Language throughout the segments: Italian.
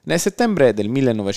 Nel settembre del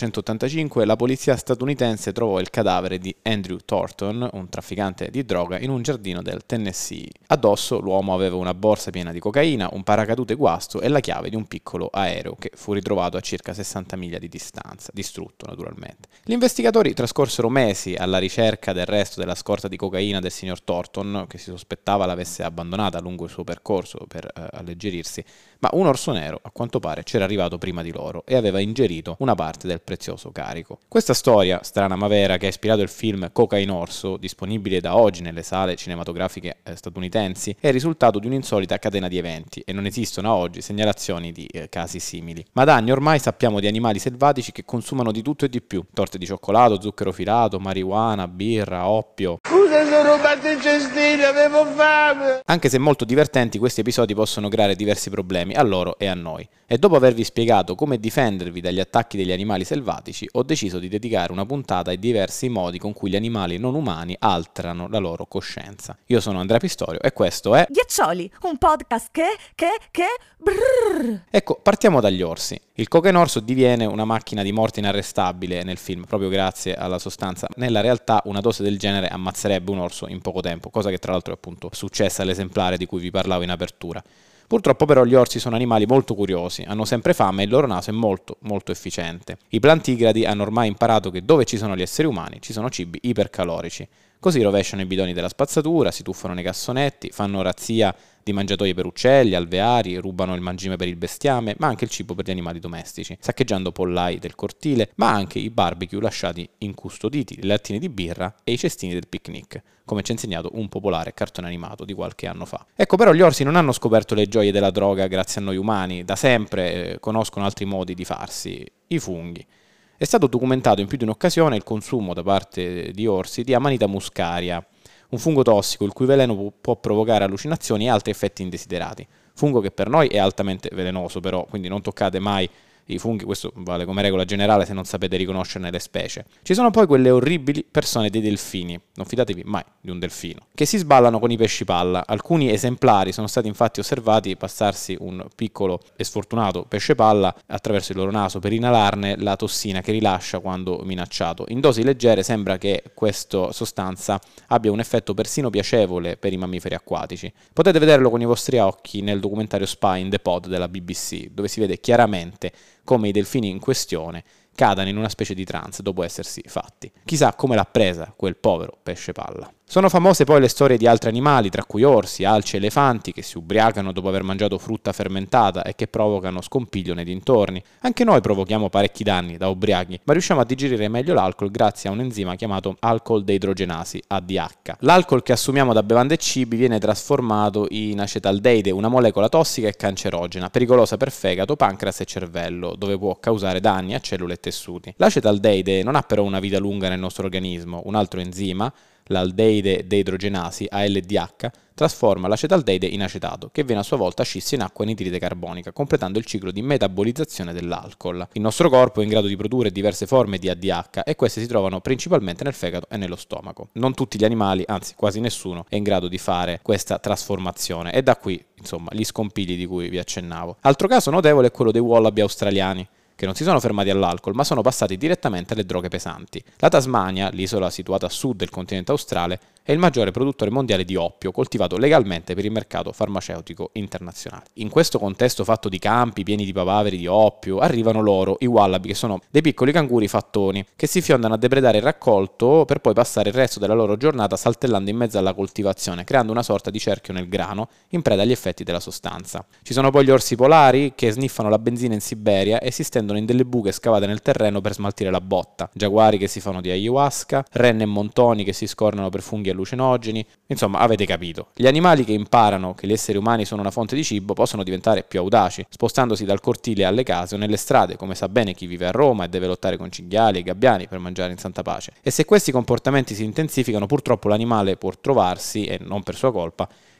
1985 la polizia statunitense trovò il cadavere di Andrew Thornton, un trafficante di droga, in un giardino del Tennessee. Addosso l'uomo aveva una borsa piena di cocaina, un paracadute guasto e la chiave di un piccolo aereo che fu ritrovato a circa 60 miglia di distanza, distrutto naturalmente. Gli investigatori trascorsero mesi alla ricerca del resto della scorta di cocaina del signor Thornton, che si sospettava l'avesse abbandonata lungo il suo percorso per alleggerirsi, ma un orso nero a quanto pare c'era arrivato prima di loro e aveva ingerito una parte del prezioso carico. Questa storia, strana ma vera, che ha ispirato il film Cocaine Orso, disponibile da oggi nelle sale cinematografiche statunitensi, è il risultato di un'insolita catena di eventi e non esistono a oggi segnalazioni di casi simili. Ma da anni ormai sappiamo di animali selvatici che consumano di tutto e di più: torte di cioccolato, zucchero filato, marijuana, birra, oppio. Scusa, sono rubato il cestino, avevo fame! Anche se molto divertenti, questi episodi possono creare diversi problemi a loro e a noi. E dopo avervi spiegato come difendervi dagli attacchi degli animali selvatici, ho deciso di dedicare una puntata ai diversi modi con cui gli animali non umani alterano la loro coscienza. Io sono Andrea Pistorio e questo è Ghiaccioli, un podcast che brrr. Ecco, partiamo dagli orsi. Il Cocaine Orso diviene una macchina di morte inarrestabile nel film, proprio grazie alla sostanza. Nella realtà una dose del genere ammazzerebbe un orso in poco tempo, cosa che tra l'altro è appunto successa all'esemplare di cui vi parlavo in apertura. Purtroppo però gli orsi sono animali molto curiosi, hanno sempre fame e il loro naso è molto efficiente. I plantigradi hanno ormai imparato che dove ci sono gli esseri umani ci sono cibi ipercalorici. Così rovesciano i bidoni della spazzatura, si tuffano nei cassonetti, fanno razzia di mangiatoie per uccelli, alveari, rubano il mangime per il bestiame, ma anche il cibo per gli animali domestici, saccheggiando pollai del cortile, ma anche i barbecue lasciati incustoditi, i lattini di birra e i cestini del picnic, come ci ha insegnato un popolare cartone animato di qualche anno fa. Ecco, però gli orsi non hanno scoperto le gioie della droga grazie a noi umani, da sempre conoscono altri modi di farsi, i funghi. È stato documentato in più di un'occasione il consumo da parte di orsi di Amanita muscaria, un fungo tossico il cui veleno può provocare allucinazioni e altri effetti indesiderati. Fungo che per noi è altamente velenoso però, quindi non toccate mai i funghi, questo vale come regola generale se non sapete riconoscerne le specie. Ci sono poi quelle orribili persone dei delfini, non fidatevi mai di un delfino, che si sballano con i pesci palla. Alcuni esemplari sono stati infatti osservati passarsi un piccolo e sfortunato pesce palla attraverso il loro naso per inalarne la tossina che rilascia quando minacciato. In dosi leggere sembra che questa sostanza abbia un effetto persino piacevole per i mammiferi acquatici. Potete vederlo con i vostri occhi nel documentario Spy in the Pod della BBC, dove si vede chiaramente come i delfini in questione cadano in una specie di trance dopo essersi fatti. Chissà come l'ha presa quel povero pesce palla. Sono famose poi le storie di altri animali, tra cui orsi, alci e elefanti, che si ubriacano dopo aver mangiato frutta fermentata e che provocano scompiglio nei dintorni. Anche noi provochiamo parecchi danni da ubriachi, ma riusciamo a digerire meglio l'alcol grazie a un enzima chiamato alcol deidrogenasi, ADH. L'alcol che assumiamo da bevande e cibi viene trasformato in acetaldeide, una molecola tossica e cancerogena, pericolosa per fegato, pancreas e cervello, dove può causare danni a cellule e tessuti. L'acetaldeide non ha però una vita lunga nel nostro organismo. Un altro enzima, l'aldeide deidrogenasi, ALDH, trasforma l'acetaldeide in acetato, che viene a sua volta scisso in acqua e nitride carbonica, completando il ciclo di metabolizzazione dell'alcol. Il nostro corpo è in grado di produrre diverse forme di ADH e queste si trovano principalmente nel fegato e nello stomaco. Non tutti gli animali, anzi quasi nessuno, è in grado di fare questa trasformazione e da qui, insomma, gli scompigli di cui vi accennavo. Altro caso notevole è quello dei wallaby australiani, che non si sono fermati all'alcol, ma sono passati direttamente alle droghe pesanti. La Tasmania, l'isola situata a sud del continente australe, è il maggiore produttore mondiale di oppio, coltivato legalmente per il mercato farmaceutico internazionale. In questo contesto fatto di campi pieni di papaveri di oppio, arrivano loro, i wallaby, che sono dei piccoli canguri fattoni, che si fiondano a depredare il raccolto per poi passare il resto della loro giornata saltellando in mezzo alla coltivazione, creando una sorta di cerchio nel grano, in preda agli effetti della sostanza. Ci sono poi gli orsi polari, che sniffano la benzina in Siberia e si stendono in delle buche scavate nel terreno per smaltire la botta, giaguari che si fanno di ayahuasca, renne e montoni che si scornano per funghi allucinogeni. Insomma, avete capito. Gli animali che imparano che gli esseri umani sono una fonte di cibo possono diventare più audaci, spostandosi dal cortile alle case o nelle strade, come sa bene chi vive a Roma e deve lottare con cinghiali e gabbiani per mangiare in santa pace. E se questi comportamenti si intensificano, purtroppo l'animale può trovarsi, e non per sua colpa,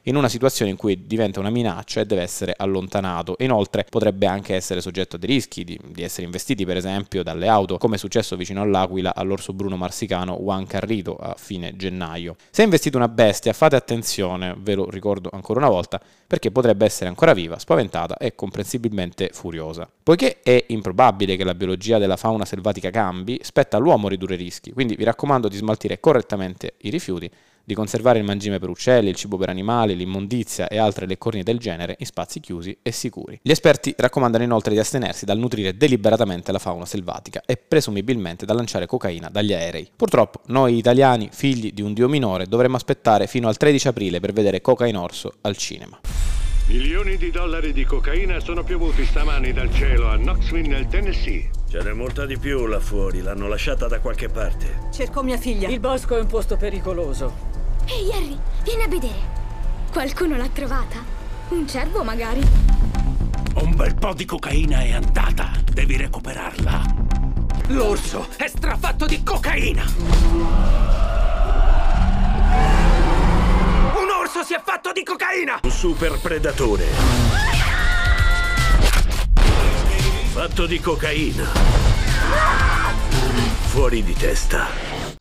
in una situazione in cui diventa una minaccia e deve essere allontanato. E inoltre potrebbe anche essere soggetto a dei rischi di essere investiti per esempio dalle auto, come è successo vicino all'Aquila all'orso bruno marsicano Juan Carrito a fine gennaio. Se investite una bestia, fate attenzione, ve lo ricordo ancora una volta, perché potrebbe essere ancora viva, spaventata e comprensibilmente furiosa. Poiché è improbabile che la biologia della fauna selvatica cambi, spetta all'uomo ridurre i rischi, quindi vi raccomando di smaltire correttamente i rifiuti, di conservare il mangime per uccelli, il cibo per animali, l'immondizia e altre leccornie del genere in spazi chiusi e sicuri. Gli esperti raccomandano inoltre di astenersi dal nutrire deliberatamente la fauna selvatica e presumibilmente da lanciare cocaina dagli aerei. Purtroppo noi italiani, figli di un dio minore, dovremmo aspettare fino al 13 aprile per vedere Coca in orso al cinema. Milioni di dollari di cocaina sono piovuti stamani dal cielo a Knoxville nel Tennessee. Ce n'è molta di più là fuori, l'hanno lasciata da qualche parte. Cerco mia figlia. Il bosco è un posto pericoloso. Ehi Harry, vieni a vedere. Qualcuno l'ha trovata? Un cervo magari? Un bel po' di cocaina è andata. Devi recuperarla. L'orso è strafatto di cocaina. Un orso si è fatto di cocaina. Un super predatore. Fatto di cocaina. Fuori di testa.